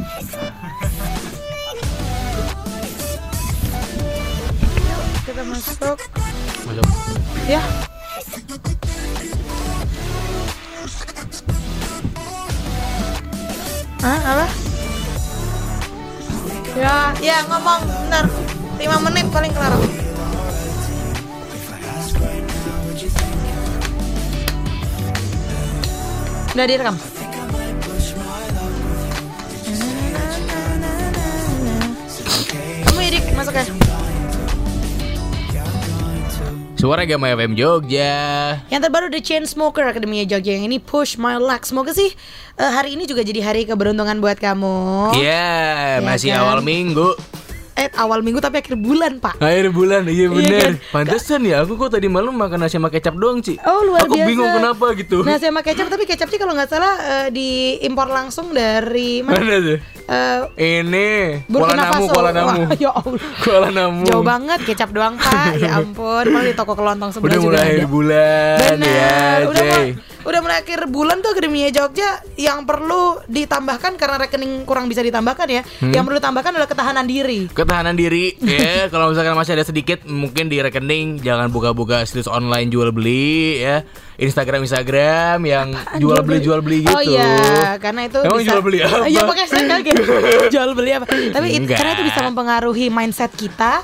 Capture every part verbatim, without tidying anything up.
Kita masuk. Masuk. Ya. Hah, apa? Ya, ya ngomong bentar. lima menit paling kelar. Udah direkam. Kamu Idik masuk ya. Suara Gama F M Jogja. Yang terbaru The Chainsmoker Akademia Jogja yang ini Push My Luck. Semoga sih uh, hari ini juga jadi hari keberuntungan buat kamu. Iya, yeah, Ya masih kan? awal minggu. Eh awal minggu tapi akhir bulan Pak. Akhir bulan, iya bener. kan? Pantesan ya, aku kok tadi malam makan nasi sama kecap doang, Ci. Oh luar aku biasa. Aku bingung kenapa gitu. Nasi sama kecap, tapi kecapnya kalau nggak salah uh, diimpor langsung dari mana? Mana tuh? Uh, Ini Kuala Burkina Namu, Faso. Kuala Namu. Wah, ya Allah. Kuala Namu. Jauh banget kecap doang Pak. Ya ampun, malah di toko kelontong sebelah Udah juga mulai ada. akhir bulan. Bener, Ya, udah Jay. mulai, udah mulai akhir bulan tuh Akademia Jogja yang perlu ditambahkan karena rekening kurang bisa ditambahkan ya. Hmm? Yang perlu ditambahkan adalah ketahanan diri. Ketahanan diri ya. Kalau misalkan masih ada sedikit mungkin di rekening, jangan buka-buka situs online jual beli ya. Instagram Instagram yang Apaan, jual beli jual beli gitu. Oh iya, karena itu Emang bisa. jual beli apa? Iya, makanya saya kaget. Jual beli apa? Tapi it, Enggak. karena itu bisa mempengaruhi mindset kita.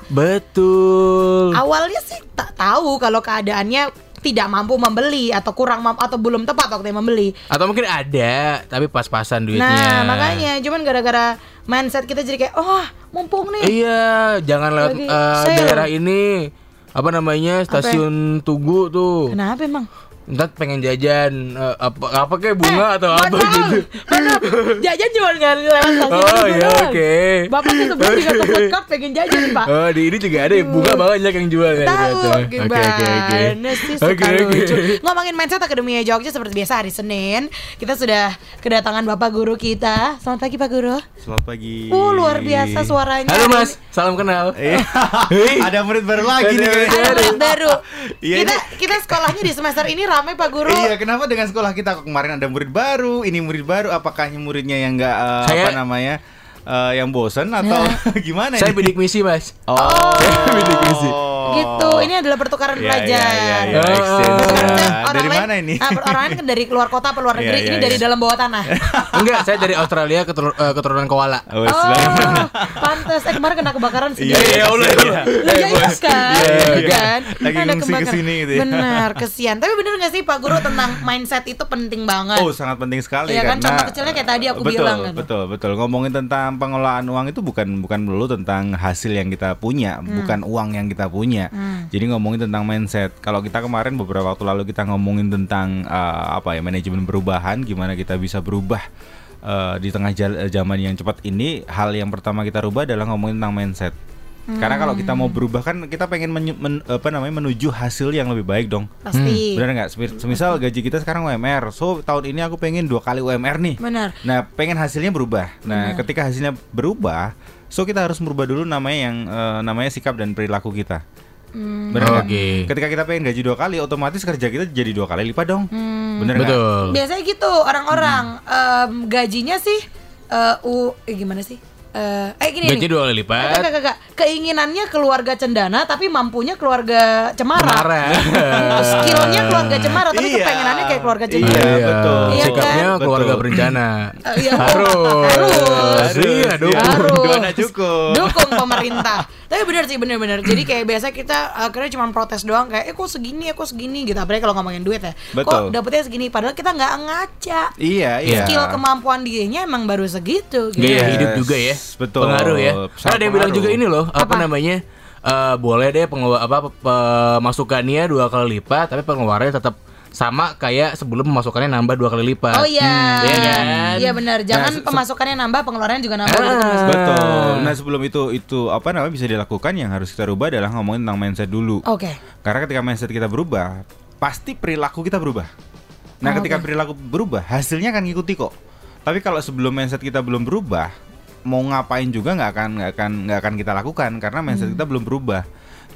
Betul. Awalnya sih tak tahu kalau keadaannya tidak mampu membeli atau kurang mampu atau belum tepat waktu membeli. Atau mungkin ada tapi pas-pasan duitnya. Nah, makanya cuman gara-gara mindset kita jadi kayak oh, mumpung nih. Iya, jangan lewat Lagi uh, sale. daerah ini. Apa namanya? Stasiun Tugu tuh. Kenapa emang? Entar pengen jajan uh, apa apa kayak bunga Eh, atau apa maaf, gitu. maaf. Jajan cuma nggak lewat stasiun Oh Tugu iya, doang. oke. Bapaknya sebelum juga ke food court pengen jajan Pak. Oh, di ini juga ada ya, bunga banyak yang jual ya. Tahu ternyata. gimana Oke, oke, oke. sih Oke, suka oke. lucu. Ngomongin mindset Akademia Jogja seperti biasa hari Senin kita sudah kedatangan Bapak Guru kita. Selamat pagi Pak Guru. Selamat pagi. Uh luar biasa suaranya. Halo hari Mas, salam kenal. Iya. Hei. Ada murid baru lagi nih Ada kayaknya. ini. Ada murid baru. Iya, kita ini- kita sekolahnya di semester ini ramai Pak Guru. Iya, kenapa dengan sekolah kita kok kemarin ada murid baru, ini murid baru, apakah muridnya yang enggak uh, Saya- apa namanya? uh, yang bosan atau gimana Saya ini? bidik misi, Mas. Oh, bidik misi. Gitu. Ini adalah pertukaran Iya, pelajar. iya, iya, iya, Oh. exchange Pertukaran ya. orang Dari lain- mana ini? Nah, orang lain kan dari luar kota apa luar Iya, negeri. iya, ini iya. dari dalam bawah tanah. Enggak, saya dari Australia ketur- eh, keturunan koala. Oh, wes Oh, banget. pantes. Eh kemarin kena kebakaran sih. Iya, iya, Allah, iya. Lah ya iya kan, Iya, iya, iya iya. kan. Lagi Ada ngungsi kebakaran. kesini gitu ya. Benar, kesian. Tapi bener nggak sih Pak Guru tentang mindset itu penting banget. Oh, sangat penting sekali Iya kan, karena contoh kecilnya kayak tadi aku betul, bilang kan. Betul, betul. Ngomongin tentang pengelolaan uang itu bukan bukan melulu tentang hasil yang kita punya, bukan uang yang kita punya. Hmm. Jadi ngomongin tentang mindset. Kalau kita kemarin beberapa waktu lalu kita ngomongin tentang uh, apa ya, manajemen perubahan, gimana kita bisa berubah uh, di tengah jal- zaman yang cepat ini. Hal yang pertama kita rubah adalah ngomongin tentang mindset. Karena kalau kita mau berubah kan kita pengen menyu- men- apa namanya menuju hasil yang lebih baik dong. Pasti. Benar nggak? Semis- Semisal gaji kita sekarang U M R, so tahun ini aku pengen dua kali U M R nih. Benar. Nah, pengen hasilnya berubah. Nah, Benar. ketika hasilnya berubah, so kita harus merubah dulu namanya yang eh, namanya sikap dan perilaku kita. Hmm. Benar nggak? Oke. Ketika kita pengen gaji dua kali, otomatis kerja kita jadi dua kali lipat dong. Hmm. Benar nggak? Betul. Biasanya gitu orang-orang em, gajinya sih eh, u eh, gimana sih? Eh, eh gini Gaji nih. dua kali lipat. Kagak, kagak, kagak. Keinginannya keluarga cendana tapi mampunya keluarga cemara. Cemara. Skillnya keluarga cemara tapi Iya. kepengenannya kayak keluarga cemara. Iya, betul. Iya Sikapnya kan? keluarga Betul. berencana. Eh, iya. Harus. Harus. Iya, dukung. Harus. Dua cukup. Dukung pemerintah. Tapi benar sih, benar-benar. Jadi kayak biasa kita akhirnya cuma protes doang kayak eh kok segini, eh kok segini gitu. Apalagi kalau ngomongin duit ya. Betul. Kok dapetnya segini padahal kita nggak ngaca. Iya, iya. Skill kemampuan dirinya emang baru segitu gitu. Gaya Yes, hidup juga ya. betul. Pengaruh ya. Sangat Karena ada yang bilang pengaruh. juga ini loh, apa, Apa? namanya? eh, boleh deh pengeluaran apa pemasukannya dua kali lipat, tapi pengeluarannya tetap sama kayak sebelum pemasukannya nambah dua kali lipat. Oh iya. Iya kan? Iya benar. Jangan Nah, se- pemasukannya nambah, pengeluarannya juga nambah gitu, Mas. Ah. Betul. Nah, sebelum itu itu apa namanya bisa dilakukan, yang harus kita rubah adalah ngomongin tentang mindset dulu. Oke. Karena ketika mindset kita berubah, pasti perilaku kita berubah. Nah, Oh, ketika oke. perilaku berubah, hasilnya akan ngikuti kok. Tapi kalau sebelum mindset kita belum berubah, mau ngapain juga nggak akan nggak akan nggak akan kita lakukan karena mindset kita belum berubah.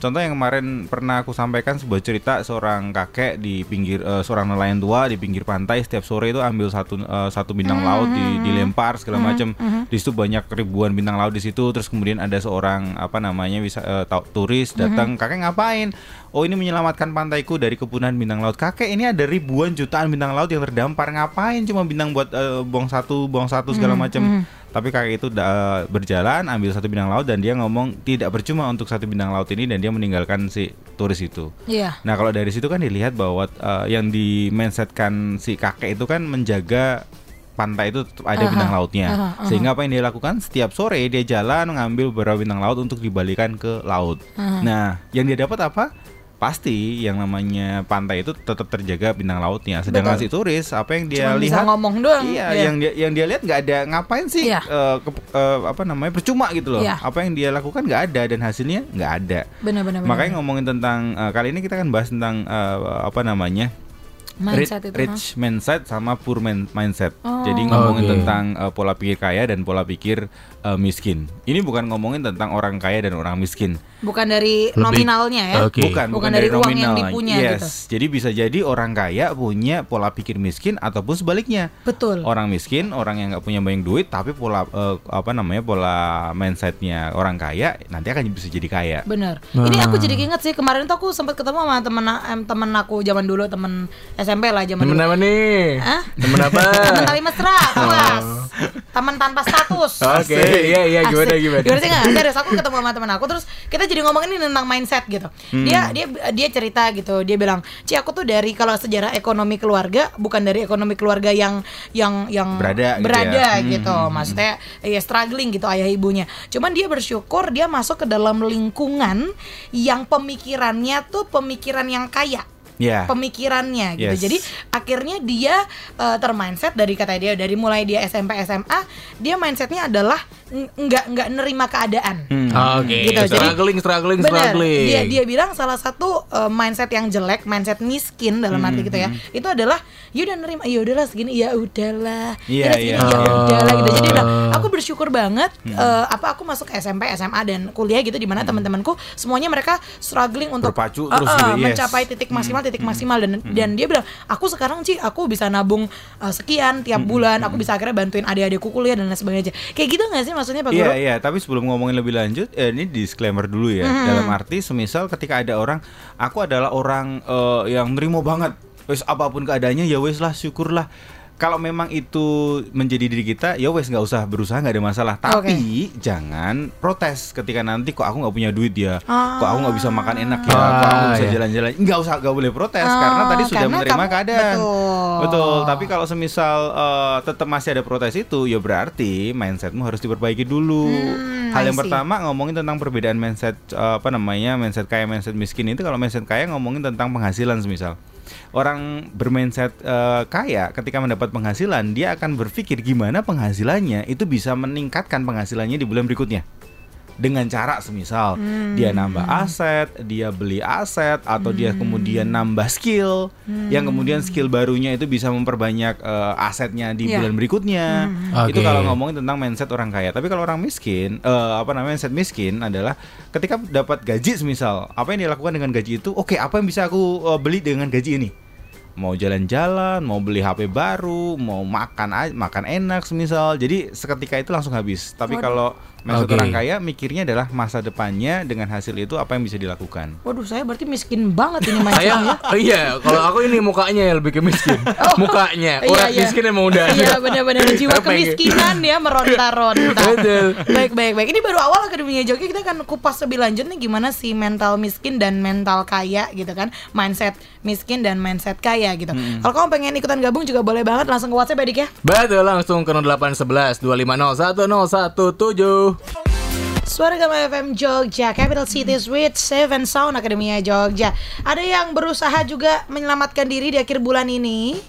Contoh yang kemarin pernah aku sampaikan sebuah cerita seorang kakek di pinggir uh, seorang nelayan tua di pinggir pantai setiap sore itu ambil satu uh, satu bintang mm-hmm. laut di, dilempar segala mm-hmm. macam. Mm-hmm. Di situ banyak ribuan bintang laut di situ. Terus kemudian ada seorang apa namanya bisa uh, turis datang, mm-hmm. kakek ngapain? Oh, ini menyelamatkan pantaiku dari kepunahan bintang laut. Kakek, ini ada ribuan jutaan bintang laut yang terdampar. Ngapain cuma bintang buat uh, buang satu, buang satu segala mm-hmm. macam. Tapi kakek itu uh, berjalan ambil satu bintang laut dan dia ngomong tidak percuma untuk satu bintang laut ini, dan dia meninggalkan si turis itu. Iya. Nah, kalau dari situ kan dilihat bahwa uh, yang di mindsetkan si kakek itu kan menjaga pantai itu tetap ada uh-huh. bintang lautnya. Uh-huh. Uh-huh. Sehingga apa yang dia lakukan? Setiap sore dia jalan mengambil beberapa bintang laut untuk dibalikan ke laut. Uh-huh. Nah, yang dia dapat apa? Pasti yang namanya pantai itu tetap terjaga bintang lautnya. Sedangkan Betul. si turis apa yang dia Cuma lihat bisa ngomong doang. Iya, yeah. yang dia yang dia lihat nggak ada ngapain sih yeah. uh, ke, uh, apa namanya percuma gitu loh. Yeah. Apa yang dia lakukan nggak ada dan hasilnya nggak ada. Benar-benar. Makanya ngomongin tentang uh, kali ini kita akan bahas tentang uh, apa namanya mindset rich, rich mindset sama poor man, mindset. Oh. Jadi ngomongin okay. tentang uh, pola pikir kaya dan pola pikir uh, miskin. Ini bukan ngomongin tentang orang kaya dan orang miskin. Bukan dari Lebih, nominalnya ya. Okay. Bukan, bukan, bukan dari, dari uang nominal. yang dipunya yes. gitu. Jadi bisa jadi orang kaya punya pola pikir miskin ataupun sebaliknya. Betul. Orang miskin, orang yang nggak punya banyak duit tapi pola uh, apa namanya pola mindsetnya orang kaya nanti akan bisa jadi kaya. Bener. Nah. Ini aku jadi inget sih kemarin tuh aku sempat ketemu sama temen temen aku zaman dulu, temen S M P lah zaman temen dulu. Temen apa nih? Hah? Temen apa? Temen tali mesra, awas. Oh. Temen tanpa status. Oke, okay. iya iya gimana Asik. gimana? Gimana sih nggak? Serius, aku ketemu sama temen aku terus kita jadi ngomongin ini tentang mindset gitu. Hmm. Dia dia dia cerita gitu. Dia bilang, "Ci, aku tuh dari kalau sejarah ekonomi keluarga bukan dari ekonomi keluarga yang yang yang berada berada gitu, ya. gitu. Hmm. Maksudnya ya struggling gitu ayah ibunya. Cuman dia bersyukur dia masuk ke dalam lingkungan yang pemikirannya tuh pemikiran yang kaya." Yeah. Pemikirannya gitu. Yes. Jadi akhirnya dia uh, termindset dari kata dia dari mulai dia S M P S M A dia mindsetnya adalah nggak nggak nerima keadaan. Hmm. Oh, Oke. Okay. Gitu. Struggling, Jadi, struggling, bener, struggling. Dia dia bilang salah satu uh, mindset yang jelek, mindset miskin dalam arti hmm. gitu ya. Itu adalah ya udah nerima, ya udahlah segini, ya udahlah. Iya ya iya. Ya udahlah gitu. Jadi bilang, aku bersyukur banget hmm. uh, apa aku masuk S M P, S M A dan kuliah gitu di mana hmm. teman-temanku semuanya mereka struggling untuk berpacu uh, terus uh, gitu, yes. mencapai titik maksimal, hmm. titik maksimal dan hmm. dan dia bilang, aku sekarang Ci, aku bisa nabung uh, sekian tiap bulan, aku bisa akhirnya bantuin adik-adikku kuliah dan lain sebagainya. Kayak gitu nggak sih maksudnya Pak Guru? Iya iya, tapi sebelum ngomongin lebih lanjut, eh, ini disclaimer dulu ya. Mm-hmm. Dalam arti semisal ketika ada orang, aku adalah orang uh, yang nerimo banget, wes apapun keadaannya ya wes lah, syukurlah. Kalau memang itu menjadi diri kita, ya wes nggak usah berusaha, nggak ada masalah. Tapi okay. jangan protes ketika nanti kok aku nggak punya duit ya, ah. kok aku nggak bisa makan enak ya, ah, kok aku nggak bisa iya. jalan-jalan. Nggak usah, nggak boleh protes ah, karena tadi sudah karena menerima kamu, keadaan. Betul. Betul. Tapi kalau semisal uh, tetap masih ada protes itu, ya berarti mindsetmu harus diperbaiki dulu. Hmm, Hal yang pertama ngomongin tentang perbedaan mindset uh, apa namanya mindset kaya, mindset miskin itu. Kalau mindset kaya ngomongin tentang penghasilan semisal. Orang bermindset uh, kaya ketika mendapat penghasilan, dia akan berpikir gimana penghasilannya itu bisa meningkatkan penghasilannya di bulan berikutnya. Dengan cara semisal hmm. dia nambah aset, dia beli aset, atau hmm. dia kemudian nambah skill, hmm. yang kemudian skill barunya itu bisa memperbanyak uh, asetnya di yeah. bulan berikutnya. Hmm. Itu okay. kalau ngomongin tentang mindset orang kaya. Tapi kalau orang miskin, uh, apa namanya mindset miskin adalah ketika dapat gaji semisal, apa yang dia lakukan dengan gaji itu? Oke, okay, apa yang bisa aku uh, beli dengan gaji ini? Mau jalan-jalan, mau beli H P baru, mau makan makan enak semisal. Jadi seketika itu langsung habis. Tapi Waduh. kalau mindset okay. orang kaya mikirnya adalah masa depannya dengan hasil itu apa yang bisa dilakukan. Waduh, saya berarti miskin banget ini mindsetnya. Oh iya, kalau aku ini mukanya yang lebih ke miskin. Oh, mukanya, urat iya, iya. miskin emang udah. Iya, benar-benar jiwa kemiskinan ya meronta-ronta. Baik, baik, baik. Ini baru awal Akademinya Joki, kita akan kupas lebih lanjut nih gimana sih mental miskin dan mental kaya gitu kan. Mindset miskin dan mindset kaya gitu. Hmm. Kalau kamu pengen ikutan gabung juga boleh banget, langsung ke WhatsApp ya Dik ya. Betul, langsung ke nol delapan satu satu dua lima nol satu nol satu tujuh. Suara Gama F M Jogja, Capital Cities with Seven Sound Akademia Jogja. Ada yang berusaha juga menyelamatkan diri di akhir bulan ini.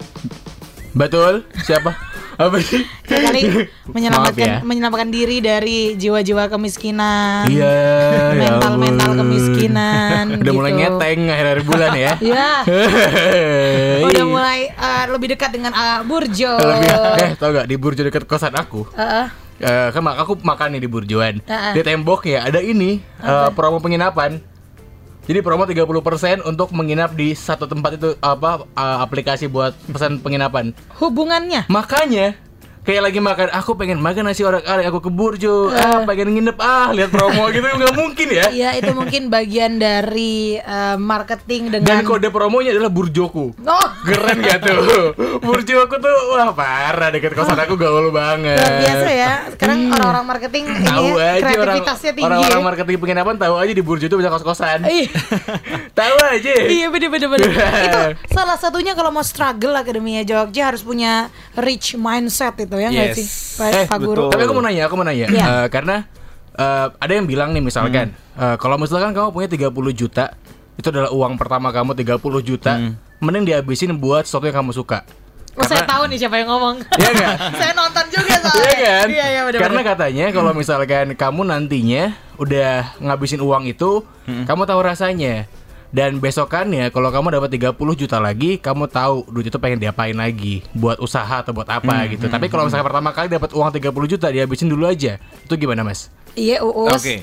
Betul, siapa? Apa sih? Sekali menyelamatkan ya. menyelamatkan diri dari jiwa-jiwa kemiskinan. Iya. Mental-mental ya kemiskinan. Udah gitu. mulai ngeteng akhir-akhir bulan ya. Iya. Udah mulai uh, lebih dekat dengan uh, Burjo. Lebih, eh, tau gak di Burjo dekat kosan aku? Uh-uh. Uh, kan aku makan nih di Burjoan. Uh-uh. Di tembok ya ada ini uh, promo penginapan. Jadi promo tiga puluh persen untuk menginap di satu tempat itu apa uh, aplikasi buat pesan penginapan. Hubungannya? Makanya kayak lagi makan, aku pengen makan nasi orak-arik, aku ke Burjo, uh. ah pengen nginep, ah lihat promo gitu, nggak mungkin ya? Iya, itu mungkin bagian dari uh, marketing dengan. Dan kode promonya adalah Burjoku. Oh, keren gak tuh? Burjoku tuh wah parah, deket kosan aku gaul banget. Luar biasa ya. Sekarang hmm. orang-orang marketing tahu ini aja kreativitasnya orang, tinggi. Orang-orang marketing penginapan tahu aja di Burjo itu banyak kos-kosan. Tahu aja. Iya bener-bener. Itu salah satunya kalau mau struggle Akademia Jogja harus punya rich mindset itu. Ya nggak yes. sih, Pak, eh, Pak Guru? Tapi aku mau nanya, aku mau nanya, yeah. uh, karena uh, ada yang bilang nih misalkan, hmm. uh, kalau misalkan kamu punya tiga puluh juta, itu adalah uang pertama kamu tiga puluh juta, hmm. mending dihabisin buat sesuatu yang kamu suka. Oh, karena, saya tahu nih siapa yang ngomong. Iya nggak? Saya nonton juga soalnya. Iya kan? Iya, iya, bener-bener. Karena katanya kalau misalkan kamu nantinya udah ngabisin uang itu, hmm. kamu tahu rasanya. Dan besokannya kalau kamu dapat tiga puluh juta lagi, kamu tahu duit itu pengen diapain lagi, buat usaha atau buat apa hmm, gitu. Hmm, Tapi kalau misalnya hmm. pertama kali dapat uang tiga puluh juta dihabisin dulu aja. Itu gimana, Mas? Iya, Uus. Oke. Okay.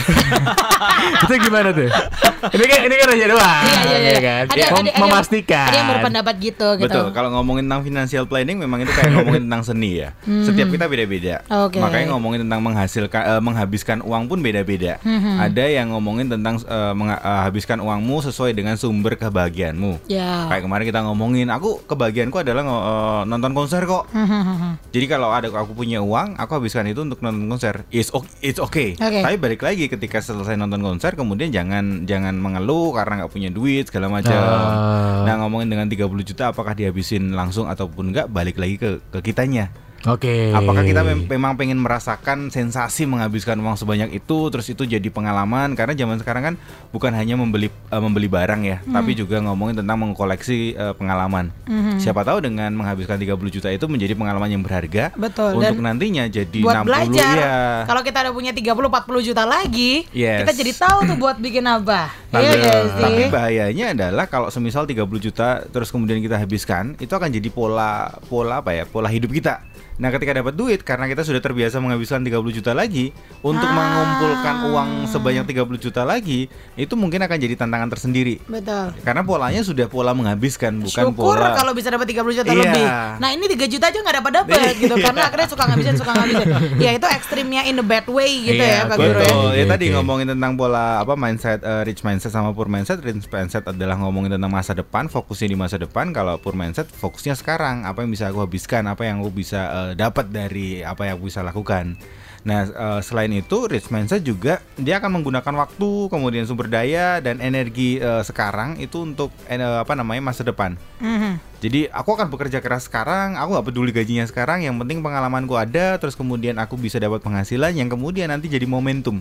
Itu gimana tuh? Ini kan ini kan aja doang. Iya, iya, iya. Kan? Ada, ya, ada, memastikan. Ada yang berpendapat gitu, gitu. Betul. Kalau ngomongin tentang financial planning memang itu kayak ngomongin tentang seni ya. Mm-hmm. Setiap kita beda-beda. Okay. Makanya ngomongin tentang menghasilkan uh, menghabiskan uang pun beda-beda. Mm-hmm. Ada yang ngomongin tentang uh, menghabiskan uh, uangmu sesuai dengan sumber kebahagiaanmu. Yeah. Kayak kemarin kita ngomongin, aku kebahagiaanku adalah uh, nonton konser kok. Mm-hmm. Jadi kalau ada aku punya uang, aku habiskan itu untuk nonton konser. It's okay. It's okay. Okay. Tapi balik lagi ketika selesai nonton konser kemudian jangan jangan mengeluh karena nggak punya duit segala macam. Uh. Nah ngomongin dengan tiga puluh juta apakah dihabisin langsung ataupun enggak, balik lagi ke ke kitanya. Oke. Okay. Apakah kita mem- memang pengen merasakan sensasi menghabiskan uang sebanyak itu, terus itu jadi pengalaman? Karena zaman sekarang kan bukan hanya membeli uh, membeli barang ya, hmm. tapi juga ngomongin tentang mengkoleksi uh, pengalaman. Hmm. Siapa tahu dengan menghabiskan tiga puluh juta itu menjadi pengalaman yang berharga. Betul. Untuk dan nantinya jadi buat enam puluh belajar. Ya. Kalau kita udah punya tiga puluh empat puluh juta lagi, yes. kita jadi tahu tuh buat bikin apa. Tapi, ya, tapi bahayanya adalah kalau semisal tiga puluh juta terus kemudian kita habiskan, itu akan jadi pola pola apa ya? Pola hidup kita. Nah ketika dapat duit, karena kita sudah terbiasa menghabiskan tiga puluh juta lagi, untuk ah. mengumpulkan uang sebanyak tiga puluh juta lagi, itu mungkin akan jadi tantangan tersendiri. Betul. Karena polanya sudah pola menghabiskan, bukan Syukur pola. kalau bisa dapat tiga puluh juta iya. lebih. Nah ini tiga juta aja nggak dapat dapat gitu, karena akhirnya suka ngabisin, suka ngabisin. Ya itu ekstrimnya in the bad way gitu iya, ya Kak Guru ya. Betul. Ya tadi ngomongin tentang pola apa mindset, uh, rich mindset sama poor mindset. Rich mindset adalah ngomongin tentang masa depan, fokusnya di masa depan. Kalau poor mindset fokusnya sekarang, apa yang bisa aku habiskan, apa yang aku bisa uh, dapat dari apa yang aku bisa lakukan. Nah uh, selain itu rich mindset juga dia akan menggunakan waktu, kemudian sumber daya dan energi uh, sekarang itu untuk uh, apa namanya masa depan. Mm-hmm. Jadi aku akan bekerja keras sekarang, aku gak peduli gajinya sekarang, yang penting pengalamanku ada, terus kemudian aku bisa dapat penghasilan yang kemudian nanti jadi momentum.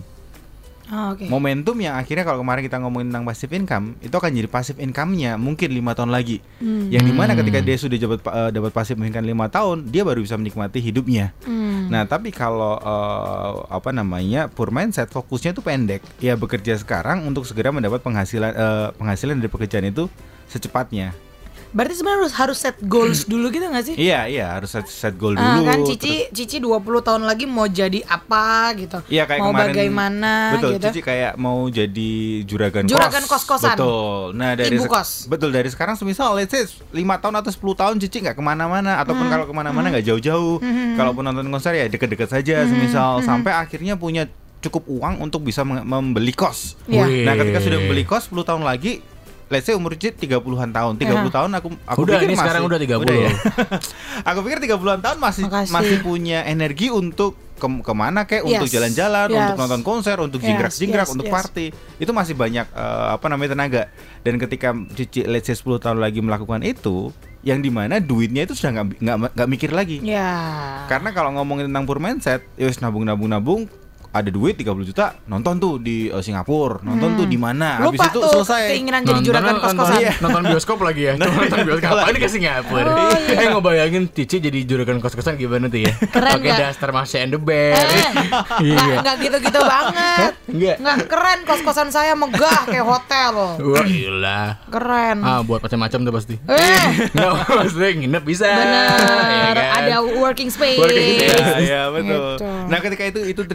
Oh, okay. Momentum yang akhirnya kalau kemarin kita ngomongin tentang passive income, itu akan jadi passive income-nya mungkin lima tahun lagi. Hmm. Yang dimana ketika dia sudah dapat uh, dapat passive income lima tahun, dia baru bisa menikmati hidupnya. Hmm. Nah, tapi kalau uh, apa namanya poor mindset, fokusnya itu pendek. Ya bekerja sekarang untuk segera mendapat penghasilan uh, penghasilan dari pekerjaan itu secepatnya. Berarti sebenarnya harus, harus set goals dulu gitu gak sih? Iya, iya harus set, set goal dulu. Ah, kan Cici, terus, Cici dua puluh tahun lagi mau jadi apa gitu. Iya, kayak mau kemarin, bagaimana betul, gitu. Cici kayak mau jadi juragan, juragan kos. kos-kosan. Betul. Nah, dari Ibu se- kos. Betul, dari sekarang semisal let's say lima tahun atau sepuluh tahun Cici gak kemana-mana. Ataupun hmm. kalau kemana-mana hmm. gak jauh-jauh. hmm. Kalaupun nonton konser ya deket-deket saja hmm. semisal. Hmm. Sampai akhirnya punya cukup uang untuk bisa membeli kos. Yeah. Nah, ketika sudah membeli kos sepuluh tahun lagi, let's say umur Cid tiga puluhan tahun. tiga puluh uh-huh. tahun aku aku udah, pikir ini masih sekarang udah tiga puluh. Udah ya? Aku pikir tiga puluhan tahun masih Makasih. masih punya energi untuk ke kemana kayak yes. untuk jalan-jalan, yes. untuk nonton konser, untuk yes. jingkrak-jingkrak, yes. untuk yes. party. Itu masih banyak uh, apa namanya tenaga. Dan ketika Cici let's say sepuluh tahun lagi melakukan itu, yang dimana duitnya itu sudah nggak nggak nggak mikir lagi. Yeah. Karena kalau ngomongin tentang poor mindset, ya wis nabung-nabung-nabung, ada duit tiga puluh juta, nonton tuh di uh, Singapura, nonton hmm. tuh di mana. Habis itu tuh selesai. Keinginan jadi juragan kos-kosan. Nonton, iya. nonton bioskop lagi ya. Nonton bioskop apa ini ke Singapura. Oh, iya. Eh ngebayangin Cici jadi juragan kos-kosan gimana tuh ya? Pakai daster Masya and the Bear. Eh, iya. Enggak gitu-gitu banget. Enggak. Enggak keren, kos-kosan saya megah kayak hotel loh. Wah, gila. Keren. Ah, buat macam-macam tuh pasti. Eh. Enggak, maksudnya nginep bisa. Benar. Ya kan? Ada working space. Working space. Ya, ya betul. Gitu. Nah, ketika itu itu terjadi,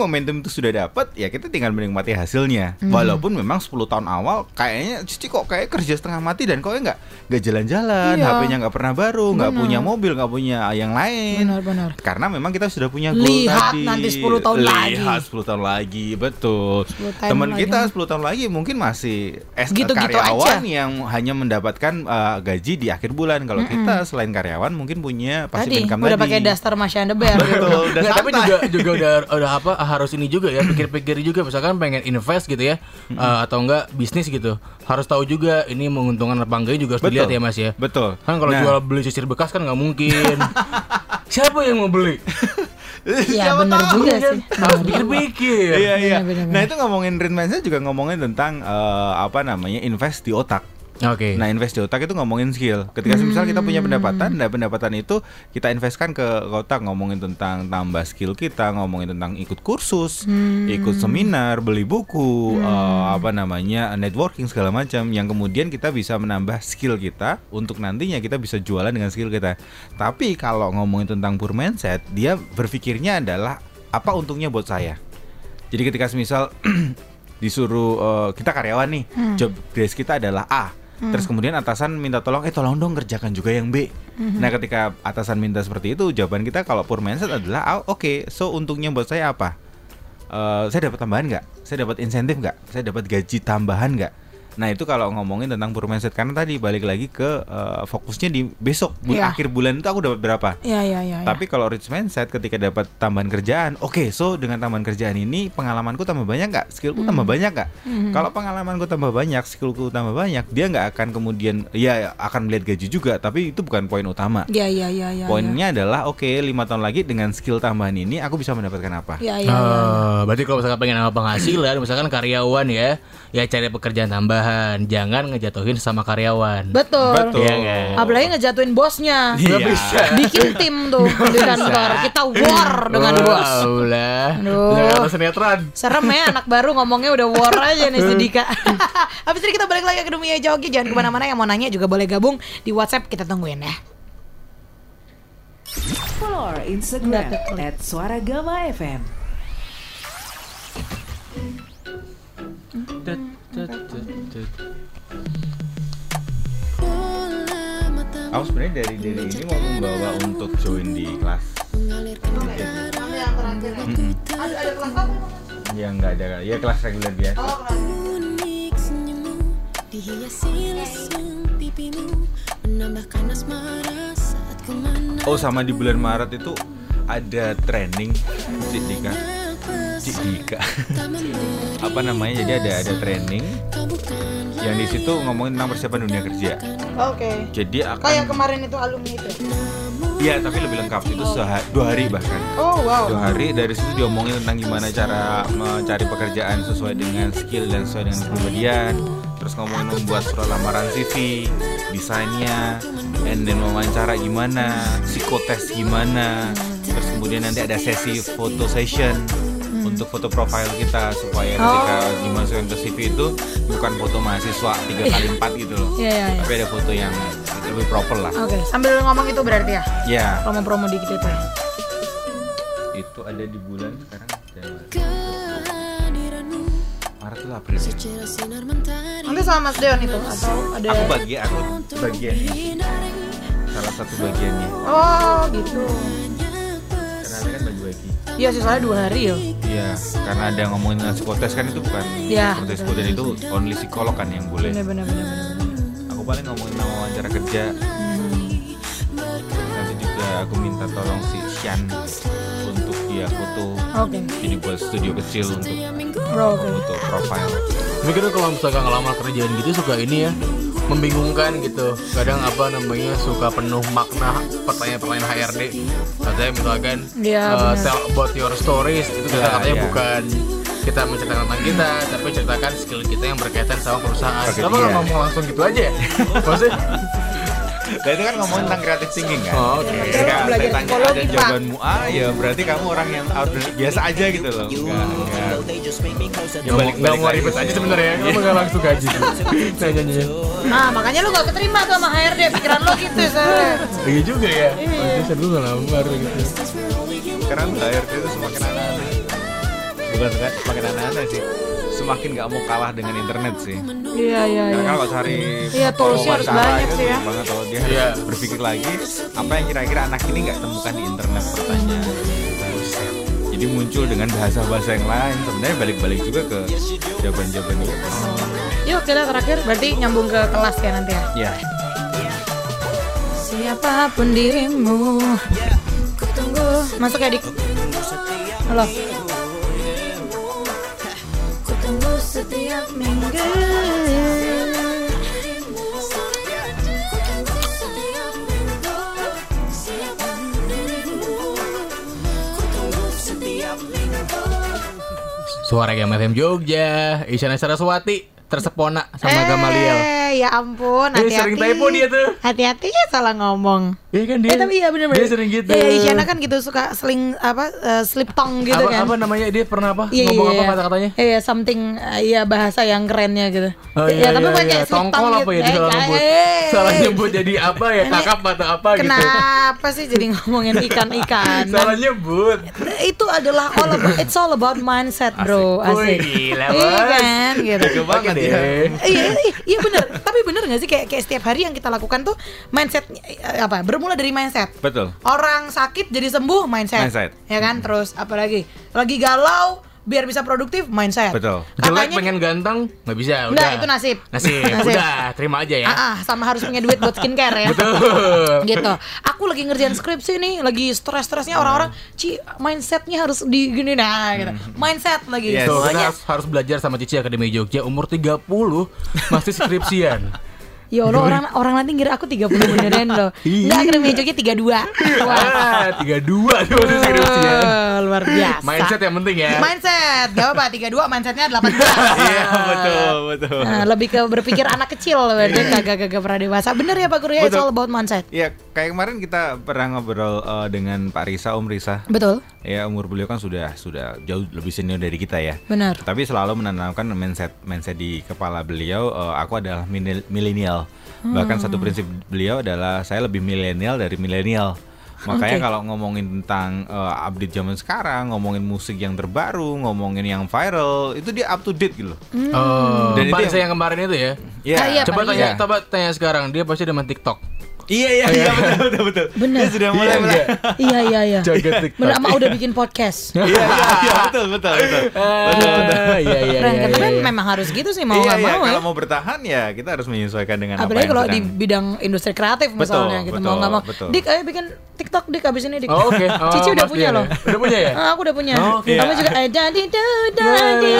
momentum itu sudah dapat, ya kita tinggal menikmati hasilnya. Mm. Walaupun memang sepuluh tahun awal kayaknya Cici kok kayak kerja setengah mati dan kok nggak nggak jalan-jalan, iya. H P-nya nggak pernah baru, nggak punya mobil, nggak punya yang lain. Benar-benar. Karena memang kita sudah punya goal Lihat tadi. nanti sepuluh tahun Lihat lagi. Lihat sepuluh tahun lagi, betul. Teman kita sepuluh tahun lagi mungkin masih S K karyawan aja. Yang hanya mendapatkan uh, gaji di akhir bulan. Kalau mm-hmm. kita selain karyawan mungkin punya passive income udah tadi. pakai daster Masya and the Bear. Betul, udah Nggak, tapi juga juga udah udah apa harus ini juga ya, pikir-pikir juga misalkan pengen invest gitu ya, mm-hmm. uh, atau enggak bisnis gitu. Harus tahu juga ini menguntungkan apa enggak juga harus Betul. dilihat ya Mas ya. Betul. Kan kalau nah. jual beli sisir bekas kan nggak mungkin. Siapa yang mau beli? Iya benar juga sih. Harus pikir-pikir. Iya iya. Nah itu ngomongin rate mindset juga ngomongin tentang uh, apa namanya invest di otak. Oke. Okay. Nah invest di otak itu ngomongin skill. Ketika hmm. misal kita punya pendapatan, dan pendapatan itu kita investkan ke otak, ngomongin tentang tambah skill kita, ngomongin tentang ikut kursus, hmm. ikut seminar, beli buku, hmm. uh, apa namanya networking segala macam, yang kemudian kita bisa menambah skill kita untuk nantinya kita bisa jualan dengan skill kita. Tapi kalau ngomongin tentang poor mindset, dia berpikirnya adalah apa untungnya buat saya. Jadi ketika misal disuruh uh, kita karyawan nih, hmm. job desk kita adalah A. Hmm. Terus kemudian atasan minta tolong, eh tolong dong kerjakan juga yang B. Hmm. Nah ketika atasan minta seperti itu, jawaban kita kalau poor mindset adalah, oh, oke, okay, so untungnya buat saya apa? Uh, saya dapat tambahan nggak? Saya dapat insentif nggak? Saya dapat gaji tambahan nggak? Nah itu kalau ngomongin tentang poor mindset, karena tadi balik lagi ke uh, fokusnya di besok, yeah. akhir bulan itu aku dapat berapa. yeah, yeah, yeah, Tapi yeah. kalau rich mindset ketika dapat tambahan kerjaan, oke, okay, so dengan tambahan kerjaan ini pengalamanku tambah banyak nggak, skillku mm. tambah banyak nggak. mm. Kalau pengalamanku tambah banyak, skillku tambah banyak, dia nggak akan kemudian ya akan melihat gaji juga, tapi itu bukan poin utama. yeah, yeah, yeah, yeah, Poinnya yeah. adalah oke, okay, lima tahun lagi dengan skill tambahan ini aku bisa mendapatkan apa. yeah, yeah, yeah, yeah. Uh, berarti kalau misalkan pengen nambah penghasilan, misalkan karyawan ya, ya cari pekerjaan tambahan, jangan ngejatuhin sama karyawan. Betul. Betul. Ya, kan? Apalagi ngejatuhin bosnya. Iya. Bisa. Bikin tim tuh di kantor. Kita war dengan wow, bos. Lah. Aduh. Sinetron. Serem ya anak baru ngomongnya udah war aja nih si Dika. Habis ini kita balik lagi ke Dunia Joki. Jangan kemana-mana, yang mau nanya juga boleh gabung di WhatsApp, kita tungguin ya. Follow our Instagram at Suara Gama F M. Aku sebenarnya dari dari ini mau membawa untuk join di kelas. Mm-mm. Ada ada kelas apa? Ya nggak ada, ya kelas reguler biasa. Oh, Oh sama di bulan Maret itu ada training Cik Dika. Cik Dika. Apa namanya? Jadi ada ada training yang di situ ngomongin tentang persiapan dunia kerja. Oke. Okay. Jadi akan kayak kemarin itu alumni itu. Iya, tapi lebih lengkap itu sehari, dua hari bahkan. Oh wow. Dua hari dari situ diomongin tentang gimana cara mencari pekerjaan sesuai dengan skill dan sesuai dengan kepribadian. Terus ngomongin membuat surat lamaran C V, desainnya, and then wawancara gimana, psikotes gimana. Terus kemudian nanti ada sesi foto session hmm. untuk foto profile kita supaya oh. ketika dimasukkan ke C V itu bukan foto mahasiswa tiga kali empat gitu loh. Yeah, yeah, yeah. Tapi ada foto yang lebih proper lah. Oke, okay. Sambil ngomong itu berarti ya? Iya. Yeah. Promo-promo dikit itu. Itu ada di bulan sekarang Maret lah, April. Nanti sama Mas Deon itu atau ada? Aku bagian, aku bagian salah satu bagiannya. Oh gitu. Karena ada kan bagi-bagi. Iya sih, soalnya dua hari ya. Iya, karena ada yang ngomongin psikotes kan itu bukan ya, psikotes psikotes itu only psikolog kan yang boleh. Benar-benar. Aku paling ngomongin nama wawancara kerja. Hmm. Nanti juga aku minta tolong si Shan untuk dia foto. Oke. Okay. Jadi buat studio kecil untuk Bro, okay. foto profile. Mikirnya kalau misalkan ngelamar kerjaan gitu suka ini ya, membingungkan gitu. Kadang apa namanya suka penuh makna pertanyaan-pertanyaan H R D. Katanya misalkan ya, uh, tell about your stories itu kita ya, katanya ya. bukan kita menceritakan tentang kita, tapi ceritakan skill kita yang berkaitan sama perusahaan. Kenapa nggak iya. ngomong langsung gitu aja ya? Maksudnya Nah itu kan ngomongin tentang creative thinking kan. Oh, oke. Okay. Ketika saya tanya ada jawabanmu A, ya berarti kamu orang yang biasa aja gitu loh. Enggak, enggak. Ya balik nggak mau ribet aja sebenarnya. Kamu nggak langsung gaji. Nanya-nanya. Nah makanya lu nggak keterima tuh sama H R D, pikiran lo gitu soalnya. Iya juga ya. Pasti lu nggak lamar gitu. Sekarang H R D itu semakin aneh-aneh. bukan semakin aneh-aneh sih, semakin nggak mau kalah dengan internet sih. Iya iya iya. Karena kalau cari Iya, toolsnya harus banyak sih ya. Banget kalau dia harus yeah. berpikir lagi apa yang kira-kira anak ini nggak temukan di internet, pertanyaan. Jadi muncul dengan bahasa-bahasa yang lain. Sebenarnya balik-balik juga ke jawaban-jawaban itu. Yuk kita terakhir berarti nyambung ke kelas ya nanti ya. Iya. Siapapun dirimu, ku tunggu. Masuk ya Dik. Halo. Ku tunggu setiap minggu. Suara Gama F M Jogja, Isyana Saraswati, tersepona sama eh, Gamaliel. Ya ampun, Dia hati-hati. sering typo dia tuh. Hati-hati ya salah ngomong. Iya kan dia. Eh tapi iya benar-benar. Dia sering gitu. Iya, Isyana kan gitu suka seling apa uh, slip tongue gitu apa, kan. Apa namanya? Dia pernah apa? Iya, Ngomong iya, apa iya. kata-katanya? Iya, something uh, iya bahasa yang kerennya gitu. Oh, ya, iya, tapi iya, pakai iya. slip Tongkol tongue apa ya? gitu. Dia salah Eh, nyebut. eh, Salah eh. nyebut jadi apa ya? Ini Kakap atau apa gitu. Kenapa sih jadi ngomongin ikan-ikan? Salah nyebut. Itu adalah all about it's all about mindset, bro. Asik. Wih, Asik. gila, Iya Bos. kan, gitu. Jago banget Oke ya. deh. Iya, iya, iya bener. Tapi bener nggak sih kayak kayak setiap hari yang kita lakukan tuh mindset eh, apa? Bermula dari mindset. Betul. Orang sakit jadi sembuh mindset. Mindset. Ya kan? Terus apa lagi? Lagi galau biar bisa produktif mindset. Betul. Jelek Katanya pengen ganteng nggak bisa. Enggak, Udah. itu nasib. Nasib. Nasib. Udah, terima aja ya. Ah, ah, sama harus punya duit buat skincare ya. Betul. Gitu. Aku lagi ngerjain skripsi nih, lagi stres-stresnya orang-orang, Ci, mindsetnya harus di gini nah gitu. Mindset lagi. Yes. So, kita Semuanya. harus, harus belajar sama Cici Akademi Jogja umur tiga puluh masih skripsian. Ya Allah, orang orang nanti ngira aku tiga puluh beneran loh. Enggak, Akademi Jogja tiga puluh dua. Wah. Ah, tiga puluh dua tuh masih skripsian. Eh, luar biasa. Mindset yang penting ya. Mindset. Gak apa-apa, tiga puluh dua mindsetnya delapan belas. Iya, betul, betul. Nah, lebih ke berpikir anak kecil, berarti kagak-kagak pernah dewasa. Bener ya Pak Guru ya, it's Betul. all about mindset. Iya, kayak kemarin kita pernah ngobrol uh, dengan Pak Risa, Om Risa. Betul. Ya, umur beliau kan sudah sudah jauh lebih senior dari kita ya. Benar. Tapi selalu menanamkan mindset mindset di kepala beliau, uh, aku adalah mine- milenial. Hmm. Bahkan satu prinsip beliau adalah saya lebih milenial dari milenial. Makanya Oke. kalau ngomongin tentang uh, update zaman sekarang, ngomongin musik yang terbaru, ngomongin yang viral, itu dia up to date gitu loh. Oh, Dan itu Pak yang- Risa yang kemarin itu ya. Iya. Ah, iya, Coba Pak tanya, Risa. coba tanya sekarang, dia pasti udah main TikTok. Iya iya iya betul betul betul. Benar. Dia sudah mulai Iya, mulai. Iya iya iya. Jaga TikTok. Bener, sama udah bikin podcast. Iya iya iya betul betul betul. Ah, iya iya Keren, iya. tapi iya, iya. memang harus gitu sih mau Iya nggak iya mau ya. kalau mau bertahan ya kita harus menyesuaikan dengan apa Apalagi yang kalau di sedang. bidang industri kreatif misalnya gitu, betul, mau nggak mau. betul. Dik, ayo bikin TikTok Dik abis ini Dik. Oh, oke. Oh, Cici udah Mas punya Dian loh. ya? Udah punya ya? Ah, aku udah punya. Oh, oke. Kamu Iya. juga eh jadi dadi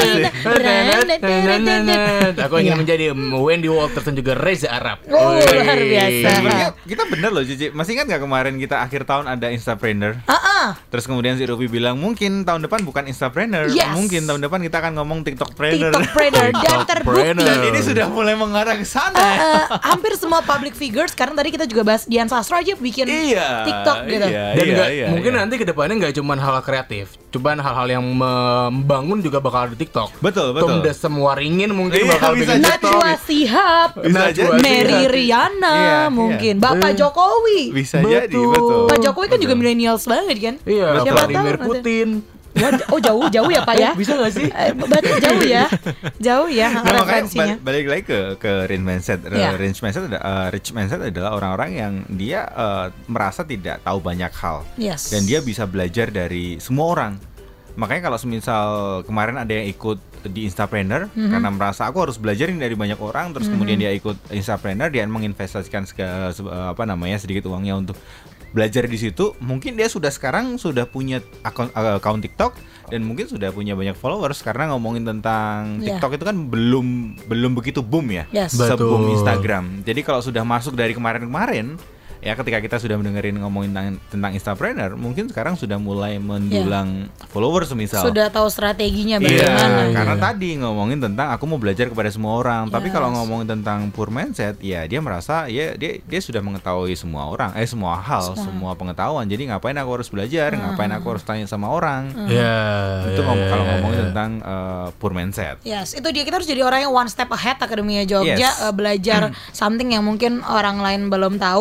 Aku ingin Iya. menjadi Wendy Walters dan juga Reza Arab. Oh, Wih. luar biasa. Sebenarnya kita bener loh Cici. Masih ingat nggak kemarin kita akhir tahun ada Instapreneur? Ah, ah. Terus kemudian si Ruby bilang mungkin tahun depan bukan Instapreneur, Yes. mungkin tahun depan kita akan ngomong TikTokpreneur. TikTokpreneur dan terbukti. TikTokpreneur. Dan ini sudah mulai mengarah ke sana. Eh, hampir semua public figures sekarang tadi kita juga bahas Dian Sastro aja bikin Iya. TikTok gitu. Iya, Dan iya, nggak- iya, mungkin iya. nanti kedepannya nggak cuma hal kreatif, cuman hal-hal yang membangun juga bakal ada di TikTok. Betul, betul. Tumda semua ringin mungkin Iya, bakal bisa bikin jadi. TikTok. Najwa Shihab, Bisa Najwa jadi. Mary Shihab. Riana Iya, mungkin, iya. Bapak Jokowi. Bisa Betul. jadi, betul. Pak Jokowi kan juga millennials banget kan? Iya, Siapa Vladimir tahu nanti. Putin. Wah, oh jauh jauh ya Pak ya? Bisa nggak sih? Eh, berarti jauh ya, jauh ya Nah, makanya referensinya. ba- balik lagi ke ke rich mindset. Iya. Rich mindset ada- uh, rich mindset adalah orang-orang yang dia uh, merasa tidak tahu banyak hal. Yes. Dan dia bisa belajar dari semua orang. Makanya kalau semisal kemarin ada yang ikut di Instapreneur Mhm. karena merasa aku harus belajar ini dari banyak orang, terus kemudian dia ikut Instapreneur, dia menginvestasikan sega- se- apa namanya sedikit uangnya untuk belajar di situ. Mungkin dia sudah sekarang sudah punya akun account TikTok dan mungkin sudah punya banyak followers karena ngomongin tentang Yeah. TikTok itu kan belum belum begitu boom ya. Yes. Sebelum Betul. Instagram. Jadi kalau sudah masuk dari kemarin-kemarin, ya ketika kita sudah mendengarin ngomongin tentang, tentang Instapreneur, mungkin sekarang sudah mulai mendulang followers misal. Sudah tahu strateginya Iya, bagaimana. karena Iya. tadi ngomongin tentang aku mau belajar kepada semua orang, tapi Yes. kalau ngomongin tentang poor mindset, ya dia merasa ya dia dia sudah mengetahui semua orang, eh semua hal, Semua. semua pengetahuan. Jadi ngapain aku harus belajar, ngapain aku harus tanya sama orang? Ya, Itu ya, ngom- kalau ya, ngomongin ya. tentang uh, poor mindset. Yes, itu dia, kita harus jadi orang yang one step ahead Akademia Jogja, Yes. eh, belajar something yang mungkin orang lain belum tahu, tapi kalau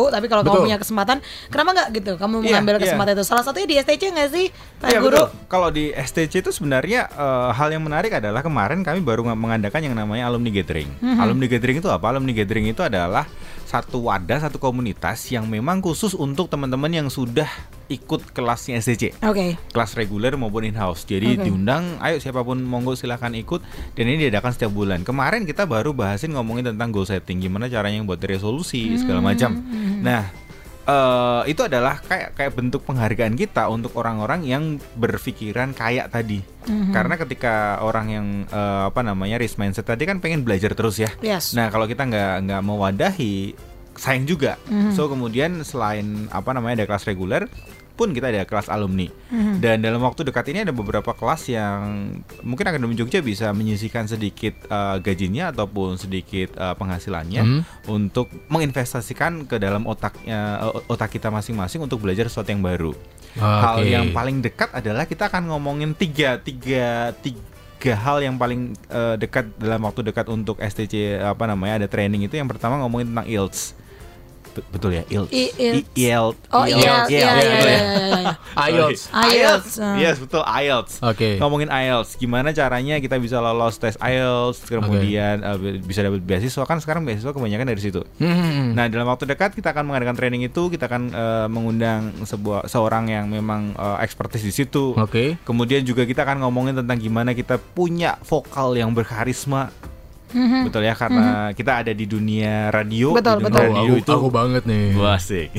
kamu betul. punya kesempatan, kenapa nggak gitu? Kamu Iya, mengambil iya. kesempatan itu. Salah satunya di S T C nggak sih, Pak Iya, Guru? betul. Kalau di S T C itu sebenarnya uh, hal yang menarik adalah kemarin kami baru mengadakan yang namanya alumni gathering. Mhm. Alumni gathering itu apa? Alumni gathering itu adalah satu wadah, satu komunitas yang memang khusus untuk teman-teman yang sudah ikut kelasnya S T C. Oke. Kelas reguler maupun in-house. Jadi Oke. diundang, ayo siapapun monggo silahkan ikut. Dan ini diadakan setiap bulan. Kemarin kita baru bahasin ngomongin tentang goal setting, gimana caranya buat resolusi segala macam. Nah, uh, itu adalah kayak kayak bentuk penghargaan kita untuk orang-orang yang berpikiran kayak tadi. Mhm. Karena ketika orang yang uh, apa namanya risk mindset tadi kan pengen belajar terus ya. Yes. Nah, kalau kita nggak nggak mewadahi, sayang juga. Mhm. So kemudian selain apa namanya ada kelas reguler, pun kita ada kelas alumni. Mhm. Dan dalam waktu dekat ini ada beberapa kelas yang mungkin Akademi Jogja bisa menyisihkan sedikit uh, gajinya ataupun sedikit uh, penghasilannya Hmm. untuk menginvestasikan ke dalam otaknya uh, otak kita masing-masing untuk belajar sesuatu yang baru. Ah, Hal oke. yang paling dekat adalah kita akan ngomongin tiga tiga tiga hal yang paling uh, dekat dalam waktu dekat untuk S T C apa namanya ada training itu. Yang pertama ngomongin tentang I E L T S. Be- Betul ya, I E L T S. I- I E L T S. I E L T S. Oh I E iya, L T S. iya, iya, betul iya, ya? iya, iya. I E L T S. I E L T S. uh. Yes, betul I E L T S. Oke. Ngomongin I E L T S, gimana caranya kita bisa lolos tes I E L T S, kemudian uh, bisa dapat beasiswa, kan sekarang beasiswa kebanyakan dari situ. Hmm. Nah, dalam waktu dekat kita akan mengadakan training itu, kita akan uh, mengundang sebuah seorang yang memang uh, expertise di situ. Oke. Kemudian juga kita akan ngomongin tentang gimana kita punya vokal yang berkarisma. Mhm. Betul ya, karena kita ada di dunia radio. Betul, di dunia betul. Oh, radio aku, itu aku banget nih. Wah, asik.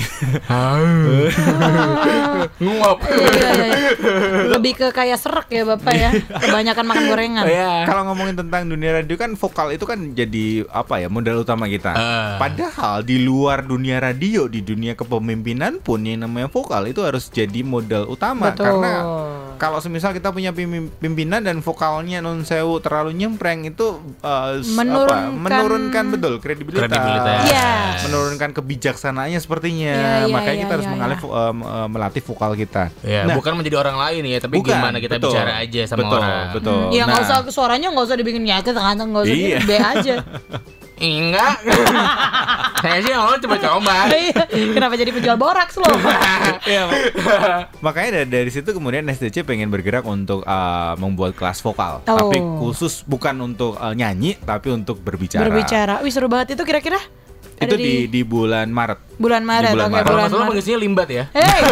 Nguap. Iya, iya, iya. Lebih ke kayak serak ya Bapak ya. Kebanyakan makan gorengan. Iya. Kalau ngomongin tentang dunia radio kan vokal itu kan jadi apa ya modal utama kita. Ah. Padahal di luar dunia radio, di dunia kepemimpinan pun yang namanya vokal itu harus jadi modal utama. Betul. Karena kalau semisal kita punya pim- pimpinan dan vokalnya non sewu terlalu nyempreng itu uh, s- Menurunkan- apa, menurunkan betul kredibilitas, Kredibilitas. Yes. menurunkan kebijaksanaannya sepertinya. Iya, iya, Makanya iya, kita harus iya, mengalih iya. vo- uh, uh, melatih vokal kita. Ya, Nah, bukan menjadi orang lain ya, tapi bukan, gimana kita betul, bicara aja sama betul, orang. Betul. Ya nggak Nah, usah suaranya nggak usah dibikin nyata tengah-tengah nggak usah Iya. gitu, be aja. Enggak. Saya sih mau coba-coba. Iya. Kenapa jadi penjual boraks loh? Iya, mak- makanya dari, dari situ kemudian S D C pengen bergerak untuk uh, membuat kelas vokal, Oh. tapi khusus bukan untuk uh, nyanyi, tapi untuk berbicara. Berbicara. Wih seru banget itu kira-kira. Itu Ada di di bulan Maret. bulan Maret. di bulan Oke, Maret. Kalau bulan nggak salah Maret. manggilnya limbat ya. Hei,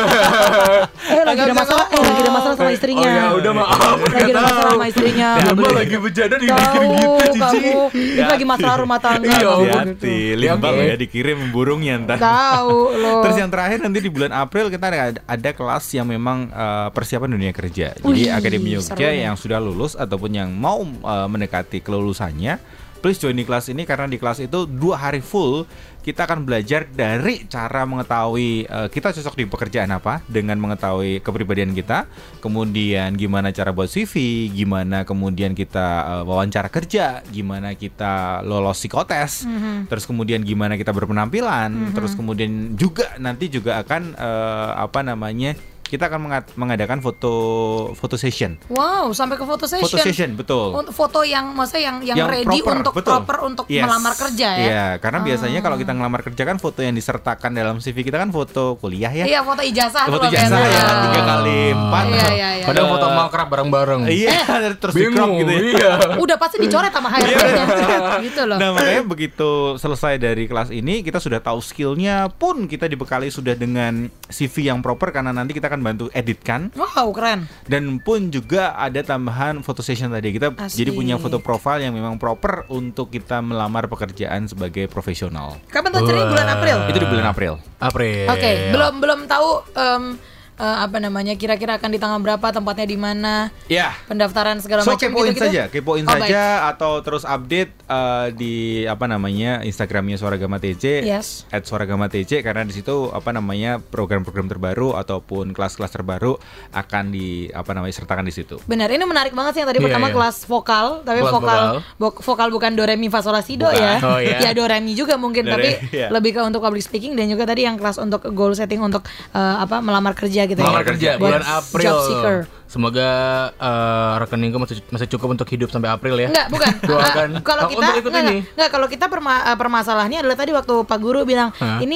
eh lagi ada masalah, eh lagi ada masalah sama istrinya. Oh ya udah maaf. Lagi ada masalah sama istrinya. Ya, Nggak Mbak boleh. lagi bercanda di Tahu gitu, Cici. kamu, ini lagi masalah rumah tangga. Iya, kamu ampun. gitu. Hati-hati, limbah Oke. ya dikirim burungnya ntar. Tahu loh. Terus yang terakhir nanti di bulan April kita ada, ada kelas yang memang uh, persiapan dunia kerja. Jadi Wih, Akademi seru Jogja nih. yang sudah lulus ataupun yang mau uh, mendekati kelulusannya, please join di kelas ini karena di kelas itu dua hari full kita akan belajar dari cara mengetahui uh, kita cocok di pekerjaan apa dengan mengetahui kepribadian kita, kemudian gimana cara buat C V, gimana kemudian kita uh, wawancara kerja, gimana kita lolos psikotes, Mhm. terus kemudian gimana kita berpenampilan, terus kemudian juga nanti juga akan uh, apa namanya kita akan mengat- mengadakan foto foto session. Wow, sampai ke foto session. Foto session, betul. Untuk foto yang masa yang yang, Yang ready proper, untuk betul. proper untuk Yes. melamar kerja ya. Iya, karena biasanya kalau kita ngelamar kerja kan foto yang disertakan dalam C V kita kan foto kuliah ya. Iya, foto ijazah Foto tuh loh ijazah biasanya. ya, tiga kali empat. Iya, iya, iya. Kadang Eh, foto makrab bareng-bareng. Iya, terus di crop Bingung, gitu ya. iya. Udah pasti dicoret sama H R D-nya. Gitu loh. Nah makanya begitu selesai dari kelas ini kita sudah tahu skillnya, pun kita dibekali sudah dengan C V yang proper karena nanti kita akan bantu editkan. Wow, keren. Dan pun juga ada tambahan foto session tadi. Kita Asik. jadi punya foto profile yang memang proper untuk kita melamar pekerjaan sebagai profesional. Kapan tuh acaranya? Bulan April. Itu di bulan April. April. Oke, belum belum tahu em, eh, apa namanya kira-kira akan di tanggal berapa, tempatnya di mana, Ya. pendaftaran segala So macam kepoin gitu-gitu. saja, kepoin Oh, saja atau terus update uh, di apa namanya Instagramnya Suaragama T C, Yes. at Suaragama T C karena di situ apa namanya program-program terbaru ataupun kelas-kelas terbaru akan di apa namanya sertakan di situ. Benar, ini menarik banget sih yang tadi Iya, pertama iya. kelas vokal, tapi Kelas vokal vokal. bok- vokal bukan do re mi fa sol la si do Bukan. ya. Oh, iya. Ya do re mi juga mungkin, Do tapi re, iya. lebih ke untuk public speaking dan juga tadi yang kelas untuk goal setting untuk eh, apa melamar kerja gitu Melamar ya. kerja Buat bulan April. Job seeker. Semoga uh, rekeningku masih, masih cukup untuk hidup sampai April ya. Enggak, bukan. Doakan. Ah, kalau Oh, kita untuk ikut enggak, ini. enggak, kalau kita perma- eh, permasalahannya adalah tadi waktu Pak Guru bilang, Hah? ini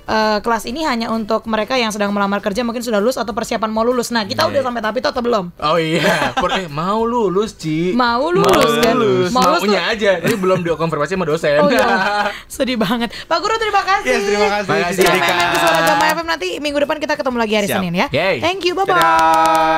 uh, kelas ini hanya untuk mereka yang sedang melamar kerja, mungkin sudah lulus atau persiapan mau lulus. Nah, kita Yeah. udah sampai tahap itu atau belum? Oh iya, Per- eh, mau lulus Ci. Mau lulus kan? lulus. Mau lulus Maunya tuh- aja, jadi belum dikonfirmasi sama dosen. Oh iya, sedih banget. Pak Guru terima kasih. Yes, terima kasih. Terima kasih, Sama Dika. M M ke Suara Gama F M, nanti minggu depan kita ketemu lagi hari Siap. Senin ya. Yay. Thank you, bye bye. Dadah.